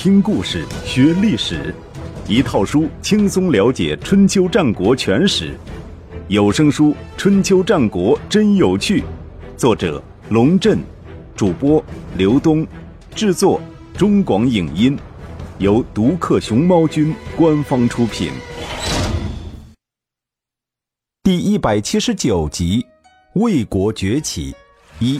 听故事学历史，一套书轻松了解春秋战国全史。有声书《春秋战国真有趣》，作者龙震，主播刘东，制作中广影音，由独克熊猫君官方出品。第179集，魏国崛起一。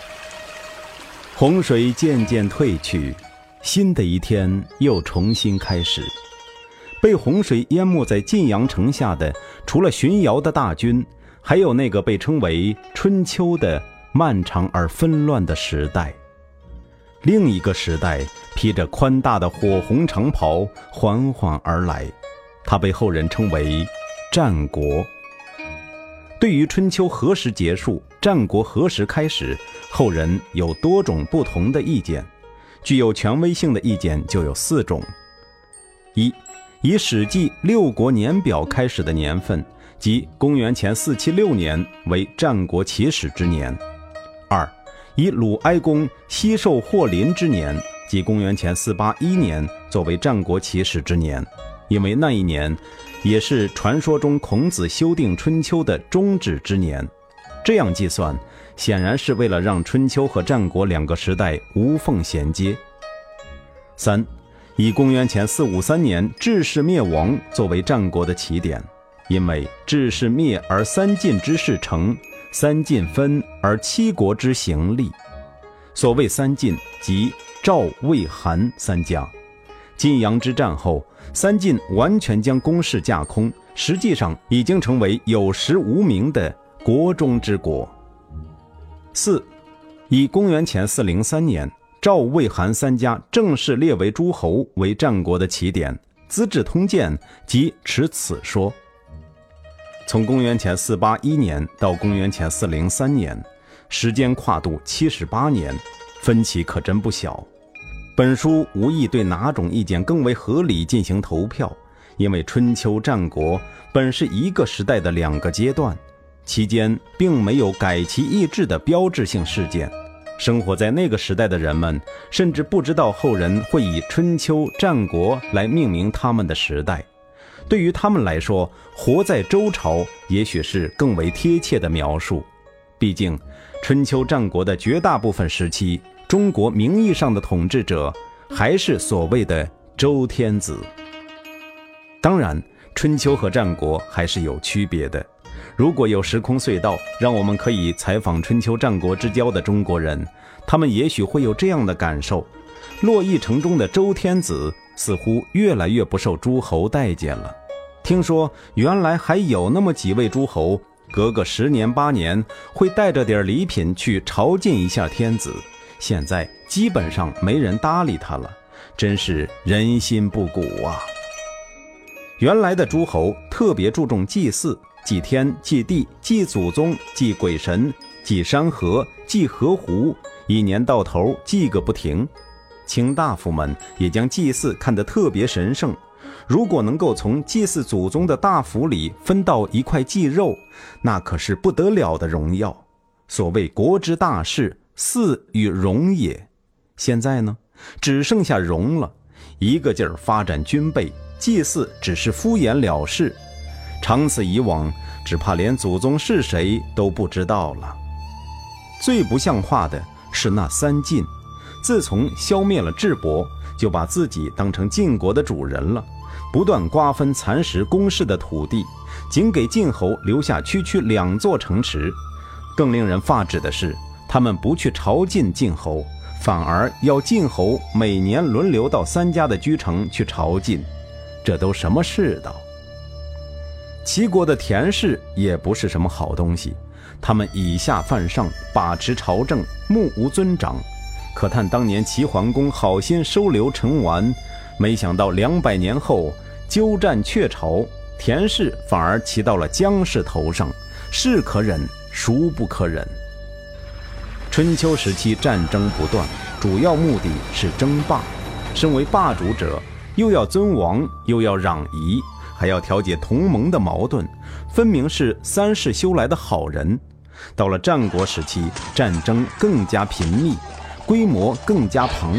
洪水渐渐退去，新的一天又重新开始。被洪水淹没在晋阳城下的，除了荀瑶的大军，还有那个被称为春秋的漫长而纷乱的时代。另一个时代披着宽大的火红长袍缓缓而来，它被后人称为战国。对于春秋何时结束，战国何时开始，后人有多种不同的意见，具有权威性的意见就有4种。一，以史记六国年表开始的年份，即公元前476年为战国起始之年。2，以鲁哀公西狩霍林之年，即公元前481年作为战国起始之年，因为那一年也是传说中孔子修订春秋的终止之年。这样计算显然是为了让春秋和战国两个时代无缝衔接。3，以公元前453年智氏灭亡作为战国的起点，因为智氏灭而三晋之势成，三晋分而七国之行立。所谓三晋，即赵、魏、韩三家。晋阳之战后，三晋完全将攻势架空，实际上已经成为有实无名的国中之国。4，以公元前403年赵、魏、韩三家正式列为诸侯为战国的起点，《资治通鉴》即持此说。从公元前481年到公元前403年，时间跨度78年，分歧可真不小。本书无意对哪种意见更为合理进行投票，因为春秋战国本是一个时代的2个阶段，期间并没有改其意志的标志性事件。生活在那个时代的人们甚至不知道后人会以春秋战国来命名他们的时代。对于他们来说，活在周朝也许是更为贴切的描述。毕竟春秋战国的绝大部分时期，中国名义上的统治者还是所谓的周天子。当然，春秋和战国还是有区别的。如果有时空隧道，让我们可以采访春秋战国之交的中国人，他们也许会有这样的感受：洛邑城中的周天子似乎越来越不受诸侯待见了。听说原来还有那么几位诸侯，隔个10年8年会带着点礼品去朝觐一下天子，现在基本上没人搭理他了，真是人心不古啊。原来的诸侯特别注重祭祀，祭天、祭地、祭祖宗、祭鬼神、祭山河、祭河湖，一年到头祭个不停。卿大夫们也将祭祀看得特别神圣，如果能够从祭祀祖宗的大釜里分到一块祭肉，那可是不得了的荣耀。所谓国之大事，祀与戎也。现在呢，只剩下戎了，一个劲儿发展军备，祭祀只是敷衍了事。长此以往，只怕连祖宗是谁都不知道了。最不像话的是那三晋，自从消灭了智伯，就把自己当成晋国的主人了，不断瓜分蚕食公室的土地，仅给晋侯留下区区2座城池。更令人发指的是，他们不去朝觐晋侯，反而要晋侯每年轮流到3家的居城去朝觐，这都什么世道？齐国的田氏也不是什么好东西，他们以下犯上，把持朝政，目无尊长。可叹当年齐桓公好心收留陈完，没想到200年后鸠占鹊巢，田氏反而骑到了姜氏头上，是可忍孰不可忍。春秋时期战争不断，主要目的是争霸。身为霸主者，又要尊王，又要攘夷，还要调解同盟的矛盾，分明是3世修来的好人。到了战国时期，战争更加频密，规模更加庞大，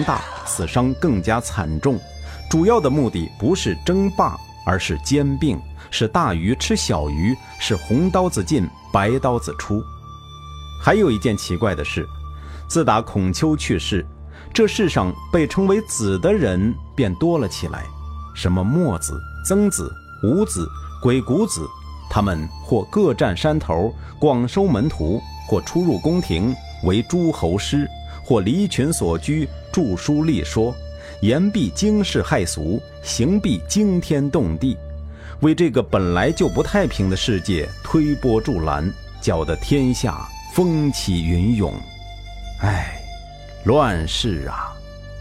死伤更加惨重，主要的目的不是争霸，而是兼并，是大鱼吃小鱼，是红刀子进白刀子出。还有一件奇怪的事，自打孔丘去世，这世上被称为子的人便多了起来，什么墨子、曾子、伍子、鬼谷子，他们或各占山头，广收门徒，或出入宫廷，为诸侯师，或离群所居，著书立说，言必惊世骇俗，行必惊天动地，为这个本来就不太平的世界推波助澜，搅得天下风起云涌。乱世啊！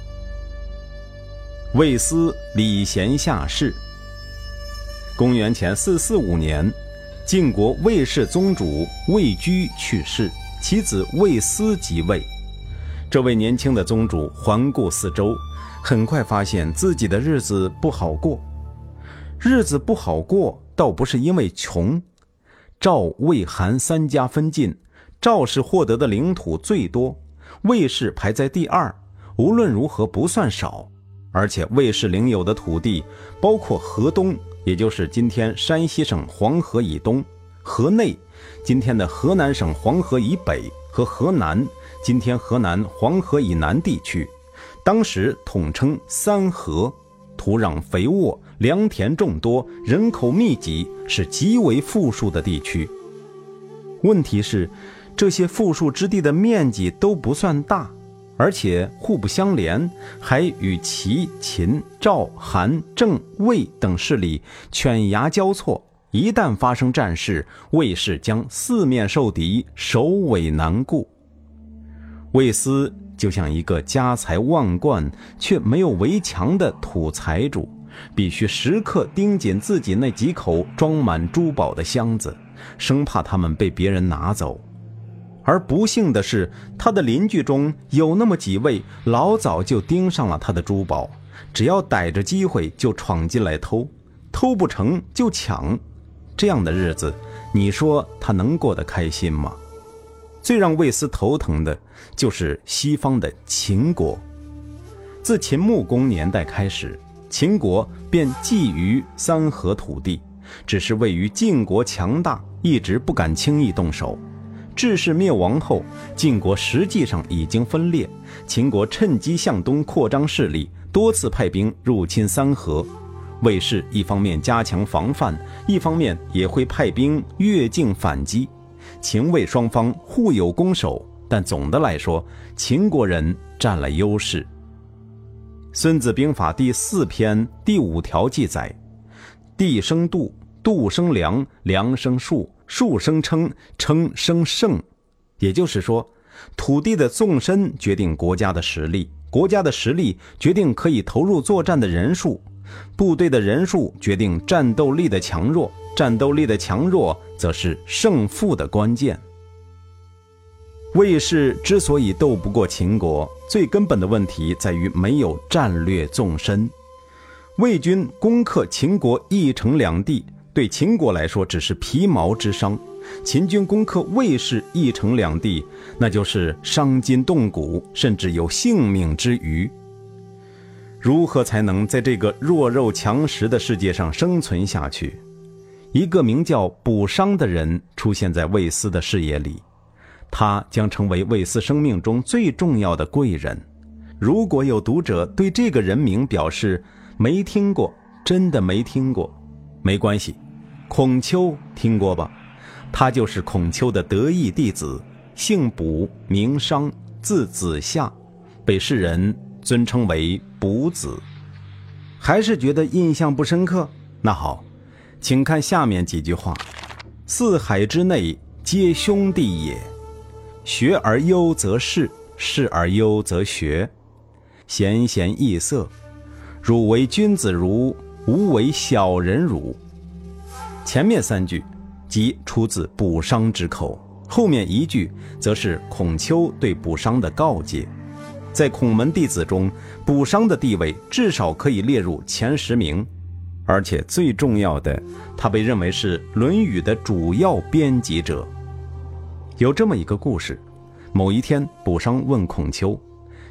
魏斯礼贤下士。公元前445年，晋国魏氏宗主魏居去世，其子魏斯即位。这位年轻的宗主环顾四周，很快发现自己的日子不好过。日子不好过倒不是因为穷，赵、魏、韩三家分晋，赵氏获得的领土最多，魏氏排在第二，无论如何不算少。而且魏氏领有的土地包括河东，也就是今天山西省黄河以东，河内，今天的河南省黄河以北，和河南，今天河南黄河以南地区，当时统称三河，土壤肥沃，良田众多，人口密集，是极为富庶的地区。问题是，这些富庶之地的面积都不算大，而且互不相连，还与齐、秦、赵、韩、郑、魏等势力犬牙交错，一旦发生战事，魏氏将四面受敌，首尾难顾。魏斯就像一个家财万贯却没有围墙的土财主，必须时刻盯紧自己那几口装满珠宝的箱子，生怕他们被别人拿走。而不幸的是，他的邻居中有那么几位老早就盯上了他的珠宝，只要逮着机会就闯进来偷，偷不成就抢。这样的日子，你说他能过得开心吗？最让魏斯头疼的就是西方的秦国。自秦穆公年代开始，秦国便觊觎三河土地，只是位于晋国强大，一直不敢轻易动手。智氏灭亡后，晋国实际上已经分裂，秦国趁机向东扩张势力，多次派兵入侵三河。魏氏一方面加强防范，一方面也会派兵越境反击。秦魏双方互有攻守，但总的来说，秦国人占了优势。孙子兵法第4篇第5条记载：地生度，度生良，良生数，数生称，称生胜。也就是说，土地的纵深决定国家的实力，国家的实力决定可以投入作战的人数，部队的人数决定战斗力的强弱，战斗力的强弱则是胜负的关键。魏氏之所以斗不过秦国，最根本的问题在于没有战略纵深。魏军攻克秦国1城2地，对秦国来说只是皮毛之伤，秦军攻克魏氏1城2地，那就是伤筋动骨，甚至有性命之虞。如何才能在这个弱肉强食的世界上生存下去？一个名叫卜商的人出现在魏斯的视野里，他将成为魏斯生命中最重要的贵人。如果有读者对这个人名表示没听过，真的没听过，没关系，孔丘听过吧？他就是孔丘的得意弟子，姓卜，名商，字子夏，被世人尊称为卜子。还是觉得印象不深刻？那好，请看下面几句话：四海之内皆兄弟也，学而优则仕，仕而优则学，贤贤易色，汝为君子如，吾为小人如。前面3句即出自卜商之口，后面1句则是孔丘对卜商的告诫。在孔门弟子中，卜商的地位至少可以列入前10名，而且最重要的，他被认为是《论语》的主要编辑者。有这么一个故事，某一天，卜商问孔丘：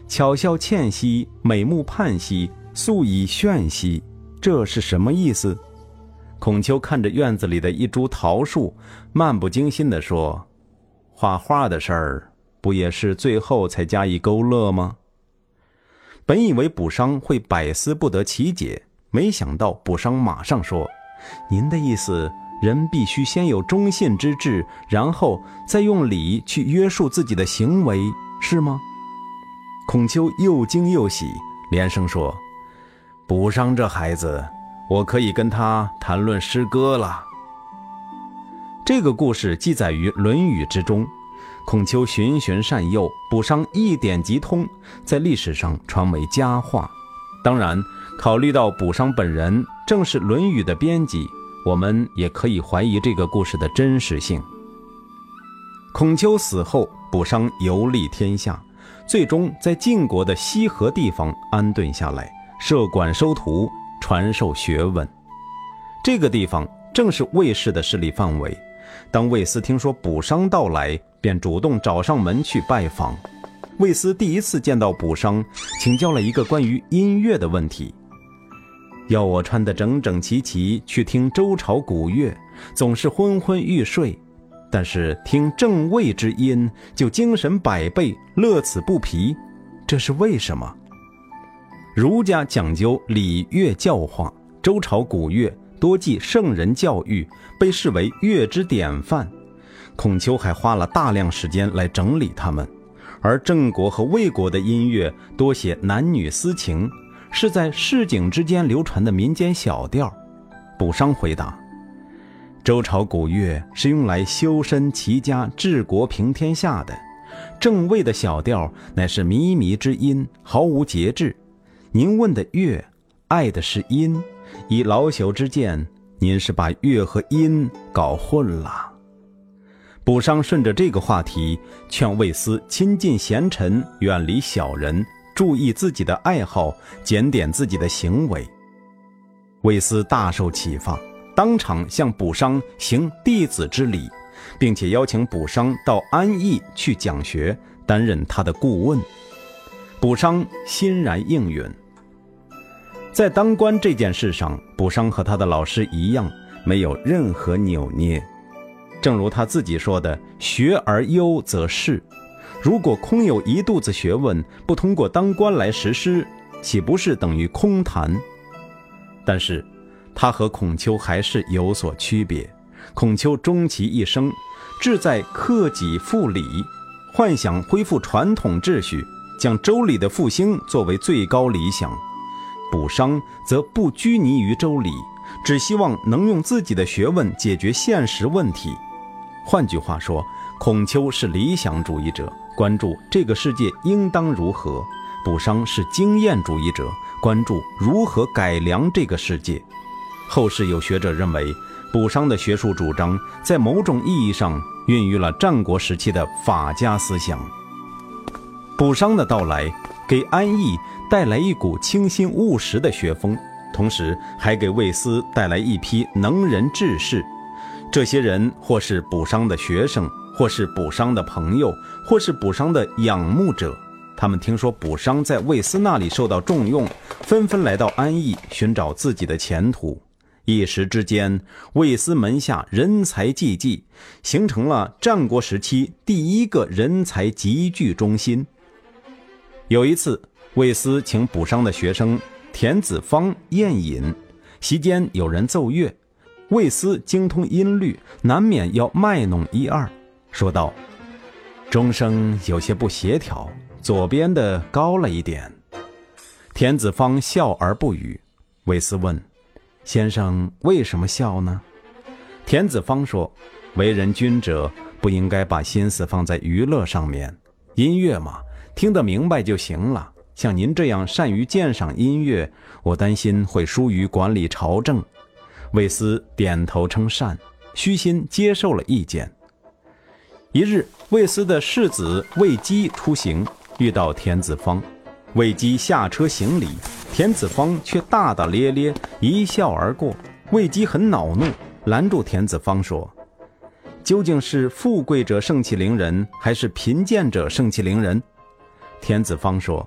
巧笑倩兮，美目盼兮，素以炫兮，这是什么意思？孔丘看着院子里的一株桃树，漫不经心地说：画画的事儿不也是最后才加以勾勒吗？本以为卜商会百思不得其解，没想到卜商马上说：您的意思，人必须先有忠信之志，然后再用礼去约束自己的行为，是吗？孔丘又惊又喜，连声说：卜商这孩子，我可以跟他谈论诗歌了。这个故事记载于《论语》之中，孔丘循循善诱，卜商一点即通，在历史上传为佳话。当然，考虑到卜商本人正是《论语》的编辑，我们也可以怀疑这个故事的真实性。孔丘死后，卜商游历天下，最终在晋国的西河地方安顿下来，设馆收徒，传授学问。这个地方正是魏氏的势力范围。当魏斯听说卜商到来，便主动找上门去拜访。魏斯第一次见到卜商，请教了一个关于音乐的问题。要我穿得整整齐齐去听周朝古乐，总是昏昏欲睡，但是听正位之音就精神百倍，乐此不疲，这是为什么？儒家讲究礼乐教化，周朝古乐多记圣人教育，被视为乐之典范。孔丘还花了大量时间来整理它们，而郑国和魏国的音乐多写男女私情，是在市井之间流传的民间小调。卜商回答：周朝古乐是用来修身齐家治国平天下的，郑魏的小调乃是靡靡之音，毫无节制。您问的乐爱的是音，以老朽之见，您是把乐和音搞混了。卜商顺着这个话题，劝魏斯亲近贤臣，远离小人，注意自己的爱好，检点自己的行为。魏斯大受启发，当场向卜商行弟子之礼，并且邀请卜商到安邑去讲学，担任他的顾问。卜商欣然应允。在当官这件事上，卜商和他的老师一样，没有任何扭捏。正如他自己说的，学而优则仕。如果空有一肚子学问，不通过当官来实施，岂不是等于空谈？但是他和孔丘还是有所区别。孔丘终其一生志在克己复礼，幻想恢复传统秩序，将周礼的复兴作为最高理想。卜商则不拘泥于周礼，只希望能用自己的学问解决现实问题。换句话说，孔丘是理想主义者，关注这个世界应当如何；卜商是经验主义者，关注如何改良这个世界。后世有学者认为，卜商的学术主张在某种意义上孕育了战国时期的法家思想。卜商的到来给安邑带来一股清新务实的学风，同时还给魏斯带来一批能人志士。这些人或是卜商的学生，或是卜商的朋友，或是卜商的仰慕者。他们听说卜商在魏斯那里受到重用，纷纷来到安邑寻找自己的前途。一时之间，魏斯门下人才济济，形成了战国时期第一个人才集聚中心。有一次，魏斯请卜商的学生田子方宴饮，席间有人奏乐，魏斯精通音律，难免要卖弄一二，说道：钟声有些不协调，左边的高了一点。田子方笑而不语。魏斯问：先生为什么笑呢？田子方说：为人君者不应该把心思放在娱乐上面，音乐嘛，听得明白就行了。像您这样善于鉴赏音乐，我担心会疏于管理朝政。魏斯点头称善，虚心接受了意见。一日，魏斯的世子魏姬出行，遇到田子方。魏姬下车行礼，田子方却大大咧咧，一笑而过。魏姬很恼怒，拦住田子方说：究竟是富贵者盛气凌人，还是贫贱者盛气凌人？田子方说：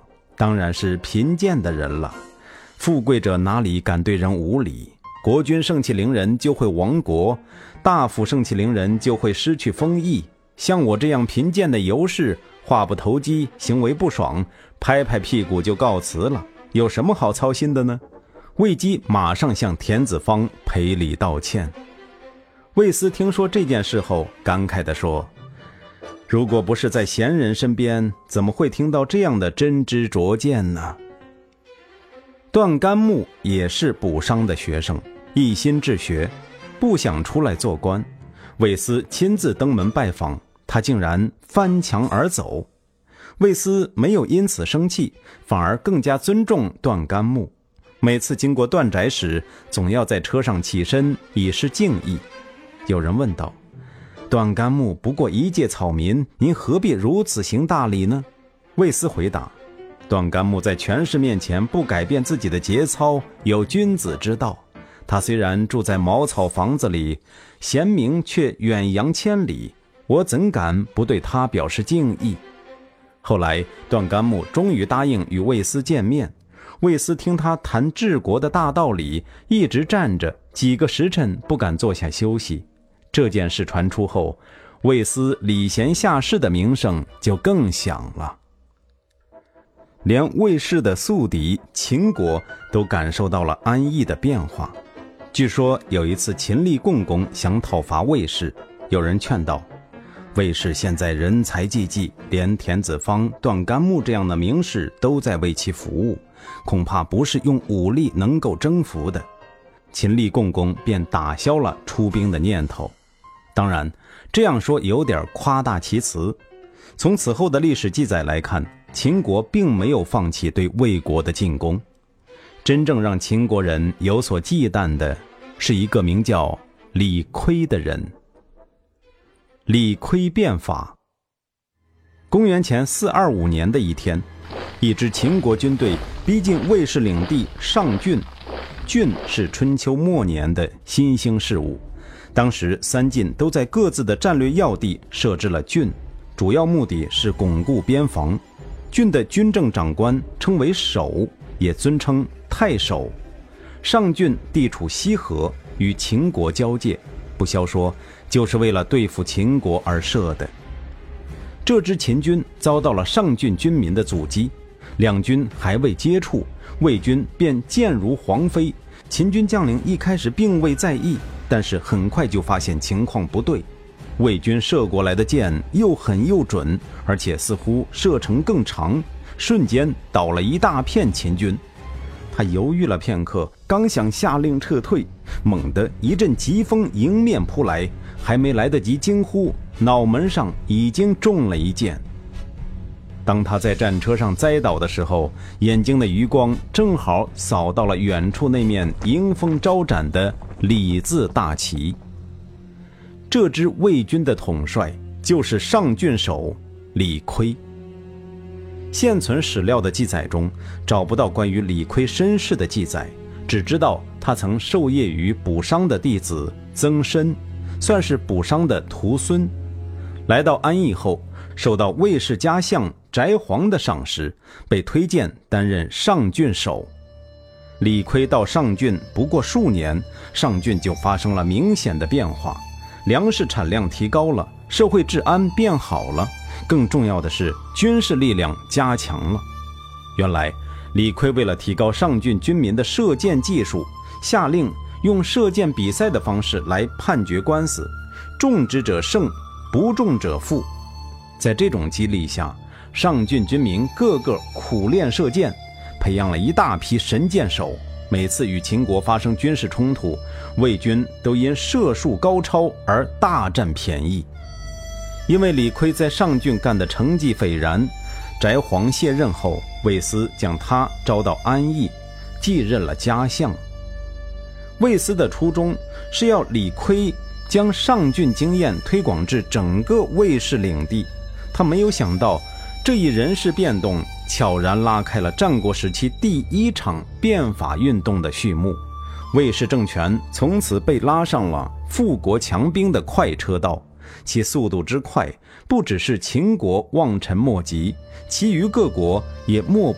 当然是贫贱的人了。富贵者哪里敢对人无礼？国君盛气凌人就会亡国，大夫盛气凌人就会失去封邑。像我这样贫贱的游士，话不投机，行为不爽，拍拍屁股就告辞了，有什么好操心的呢？魏姬马上向田子方赔礼道歉。魏斯听说这件事后，感慨地说：如果不是在贤人身边，怎么会听到这样的真知灼见呢？段干木也是卜商的学生，一心治学，不想出来做官。魏斯亲自登门拜访，他竟然翻墙而走。魏斯没有因此生气，反而更加尊重段干木。每次经过段宅时，总要在车上起身以示敬意。有人问道：段干木不过一介草民，您何必如此行大礼呢？魏斯回答：段干木在权势面前不改变自己的节操，有君子之道。他虽然住在茅草房子里，贤明却远扬千里，我怎敢不对他表示敬意？后来段干木终于答应与魏斯见面。魏斯听他谈治国的大道理，一直站着几个时辰不敢坐下休息。这件事传出后，魏斯礼贤下士的名声就更响了。连魏氏的宿敌秦国都感受到了安邑的变化。据说有一次秦厉共公想讨伐魏氏，有人劝道：魏氏现在人才济济，连田子方、段干木这样的名士都在为其服务，恐怕不是用武力能够征服的。秦厉共公便打消了出兵的念头。当然，这样说有点夸大其词。从此后的历史记载来看，秦国并没有放弃对魏国的进攻。真正让秦国人有所忌惮的是一个名叫李悝的人。李悝变法。公元前425年的一天，一支秦国军队逼近魏氏领地上郡。郡是春秋末年的新兴事物，当时三晋都在各自的战略要地设置了郡，主要目的是巩固边防。郡的军政长官称为守，也尊称太守。上郡地处西河，与秦国交界，不消说就是为了对付秦国而设的。这支秦军遭到了上郡军民的阻击，两军还未接触，魏军便箭如黄飞。秦军将领一开始并未在意，但是很快就发现情况不对。魏军射过来的箭又狠又准，而且似乎射程更长，瞬间倒了一大片秦军。他犹豫了片刻，刚想下令撤退，猛地一阵疾风迎面扑来，还没来得及惊呼，脑门上已经中了一箭。当他在战车上栽倒的时候，眼睛的余光正好扫到了远处那面迎风招展的李字大旗。这支魏军的统帅就是上郡守李悝。现存史料的记载中找不到关于李悝身世的记载，只知道他曾授业于卜商的弟子曾参，算是卜商的徒孙。来到安邑后，受到魏氏家相翟璜的赏识，被推荐担任上郡守。李悝到上郡不过数年，上郡就发生了明显的变化，粮食产量提高了，社会治安变好了，更重要的是军事力量加强了。原来李悝为了提高上郡军民的射箭技术，下令用射箭比赛的方式来判决官司，中之者胜，不中者负。在这种激励下，上郡军民个个苦练射箭，培养了一大批神箭手。每次与秦国发生军事冲突，魏军都因射术高超而大占便宜。因为李悝在上郡干的成绩斐然，翟璜卸任后，魏斯将他招到安邑，继任了家相。魏斯的初衷是要李悝将上郡经验推广至整个魏氏领地，他没有想到这一人事变动悄然拉开了战国时期第一场变法运动的序幕。魏氏政权从此被拉上了富国强兵的快车道，其速度之快，不只是秦国望尘莫及，其余各国也莫不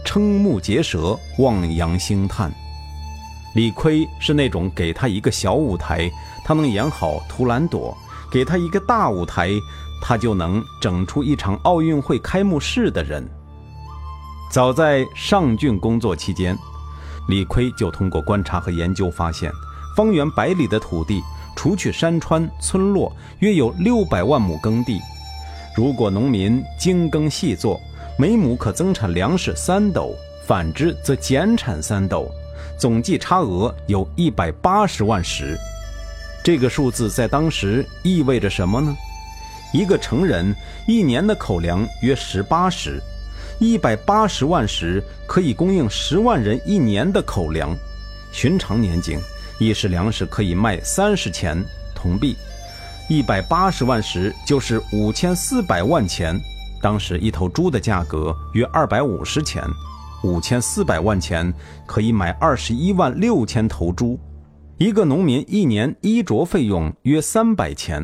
瞠目结舌，望洋兴叹。李悝是那种给他一个小舞台，他能演好图兰朵；给他一个大舞台，他就能整出一场奥运会开幕式的人。早在上郡工作期间，李悝就通过观察和研究发现，方圆100里的土地，除去山川村落，约有600万亩耕地。如果农民精耕细作，每亩可增产粮食3斗，反之则减产3斗，总计差额有180万石。这个数字在当时意味着什么呢？一个成人1年的口粮约18石，180万石可以供应10万人1年的口粮。寻常年景，1石粮食可以卖30钱铜币，180万石就是5400万钱。当时1头猪的价格约250钱，5400万钱可以买21万6千头猪。一个农民1年衣着费用约300钱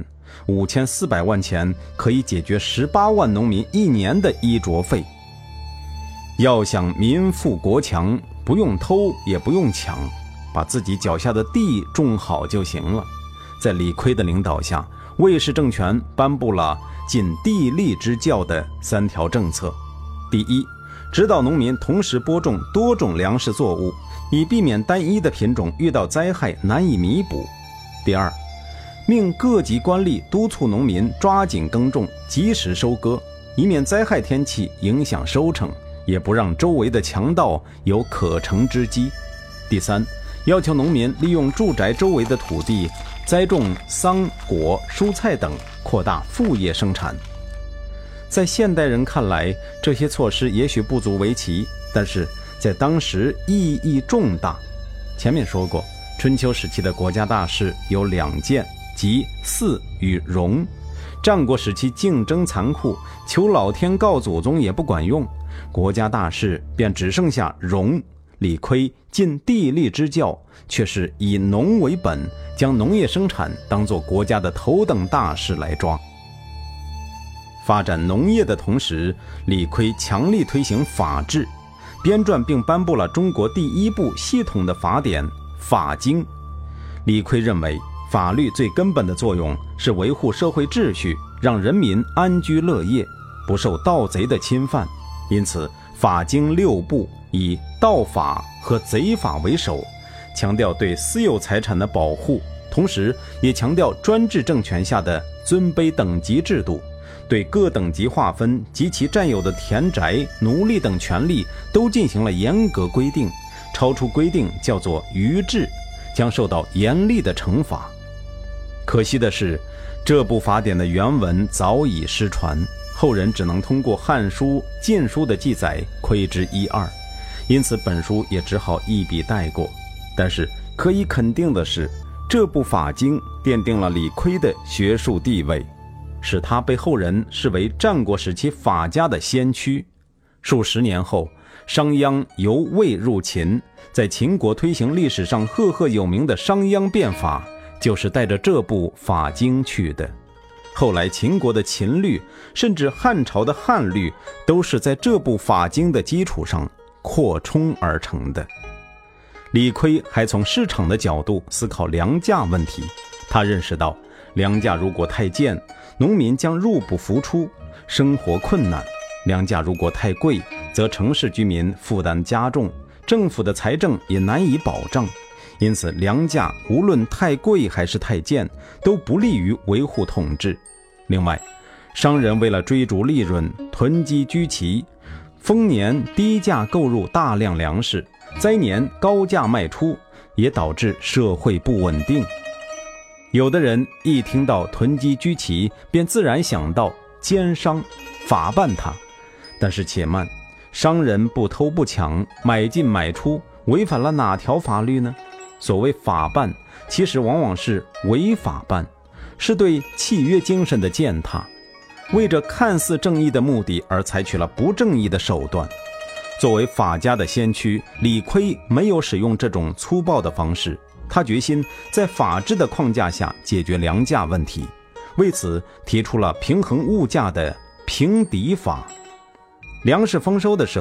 ，5400万钱可以解决18万农民1年的衣着费。要想民富国强，不用偷也不用抢，把自己脚下的地种好就行了。在李悝的领导下，魏氏政权颁布了尽地利之教的3条政策。第一，指导农民同时播种多种粮食作物，以避免单一的品种遇到灾害难以弥补。第二，命各级官吏督促农民抓紧耕种，及时收割，以免灾害天气影响收成，也不让周围的强盗有可乘之机。第三，要求农民利用住宅周围的土地栽种桑果、蔬菜等，扩大副业生产。在现代人看来，这些措施也许不足为奇，但是在当时意义重大。前面说过，春秋时期的国家大事有2件，即祀与戎。战国时期竞争残酷，求老天告祖宗也不管用，国家大事便只剩下戎。李悝尽地利之教，却是以农为本，将农业生产当作国家的头等大事来抓。发展农业的同时，李悝强力推行法治，编撰并颁布了中国第1部系统的法典《法经》。李悝认为，法律最根本的作用是维护社会秩序，让人民安居乐业，不受盗贼的侵犯。因此，法经6部以盗法和贼法为首，强调对私有财产的保护，同时也强调专制政权下的尊卑等级制度，对各等级划分及其占有的田宅、奴隶等权利都进行了严格规定，超出规定叫做逾制，将受到严厉的惩罚。可惜的是，这部法典的原文早已失传，后人只能通过《汉书》《晋书》的记载窥之一二，因此本书也只好一笔带过。但是可以肯定的是，这部法经奠定了李悝的学术地位，使他被后人视为战国时期法家的先驱。数十年后，商鞅由魏入秦，在秦国推行历史上赫赫有名的商鞅变法，就是带着这部法经去的。后来秦国的秦律，甚至汉朝的汉律，都是在这部法经的基础上扩充而成的。李悝还从市场的角度思考粮价问题，他认识到，粮价如果太贱，农民将入不敷出，生活困难；粮价如果太贵，则城市居民负担加重，政府的财政也难以保障。因此，粮价无论太贵还是太贱，都不利于维护统治。另外，商人为了追逐利润，囤积居奇，丰年低价购入大量粮食，灾年高价卖出，也导致社会不稳定。有的人一听到囤积居奇，便自然想到奸商，法办他。但是且慢，商人不偷不抢，买进买出，违反了哪条法律呢？所谓法办，其实往往是违法办，是对契约精神的践踏，为着看似正义的目的而采取了不正义的手段。作为法家的先驱，李悝没有使用这种粗暴的方式，他决心在法治的框架下解决粮价问题，为此提出了平衡物价的平籴法。粮食丰收的时候，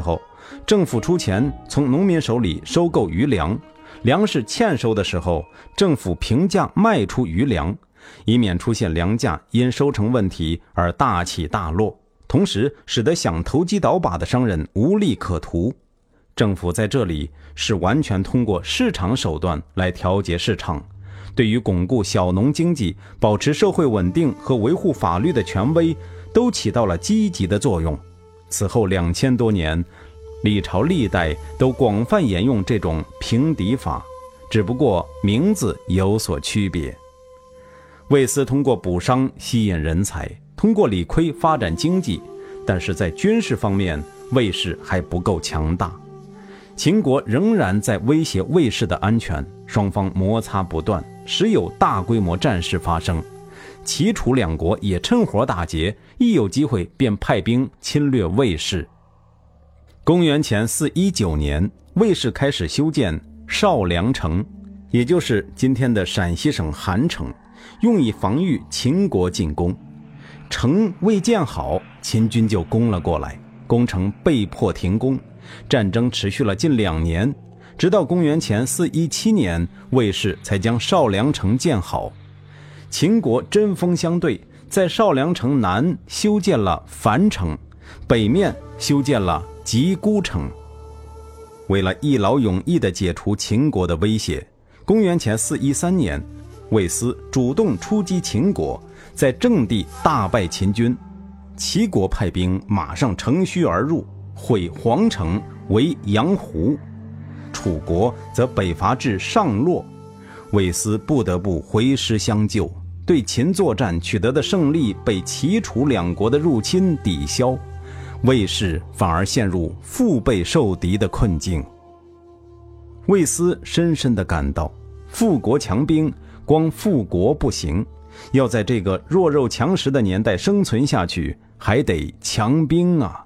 政府出钱从农民手里收购余粮，粮食欠收的时候，政府平价卖出余粮，以免出现粮价因收成问题而大起大落，同时使得想投机倒把的商人无利可图。政府在这里是完全通过市场手段来调节市场，对于巩固小农经济、保持社会稳定和维护法律的权威都起到了积极的作用。此后2000多年，历朝历代都广泛沿用这种平敌法，只不过名字有所区别。魏斯通过补商吸引人才，通过理亏发展经济，但是在军事方面，魏氏还不够强大。秦国仍然在威胁魏氏的安全，双方摩擦不断，时有大规模战事发生。齐楚两国也趁火打劫，一有机会便派兵侵略魏氏。公元前419年，魏氏开始修建少梁城，也就是今天的陕西省韩城，用以防御秦国进攻。城未建好，秦军就攻了过来，工程被迫停工。战争持续了近2年，直到公元前417年，魏氏才将少梁城建好。秦国针锋相对，在少梁城南修建了樊城，北面修建了吉孤城。为了一劳永逸地解除秦国的威胁，公元前413年，魏斯主动出击秦国，在郑地大败秦军。齐国派兵马上乘虚而入，毁皇城为阳湖，楚国则北伐至上洛，魏斯不得不回师相救。对秦作战取得的胜利被齐楚两国的入侵抵消，魏氏反而陷入腹背受敌的困境。魏斯深深地感到，富国强兵光富国不行，要在这个弱肉强食的年代生存下去，还得强兵啊。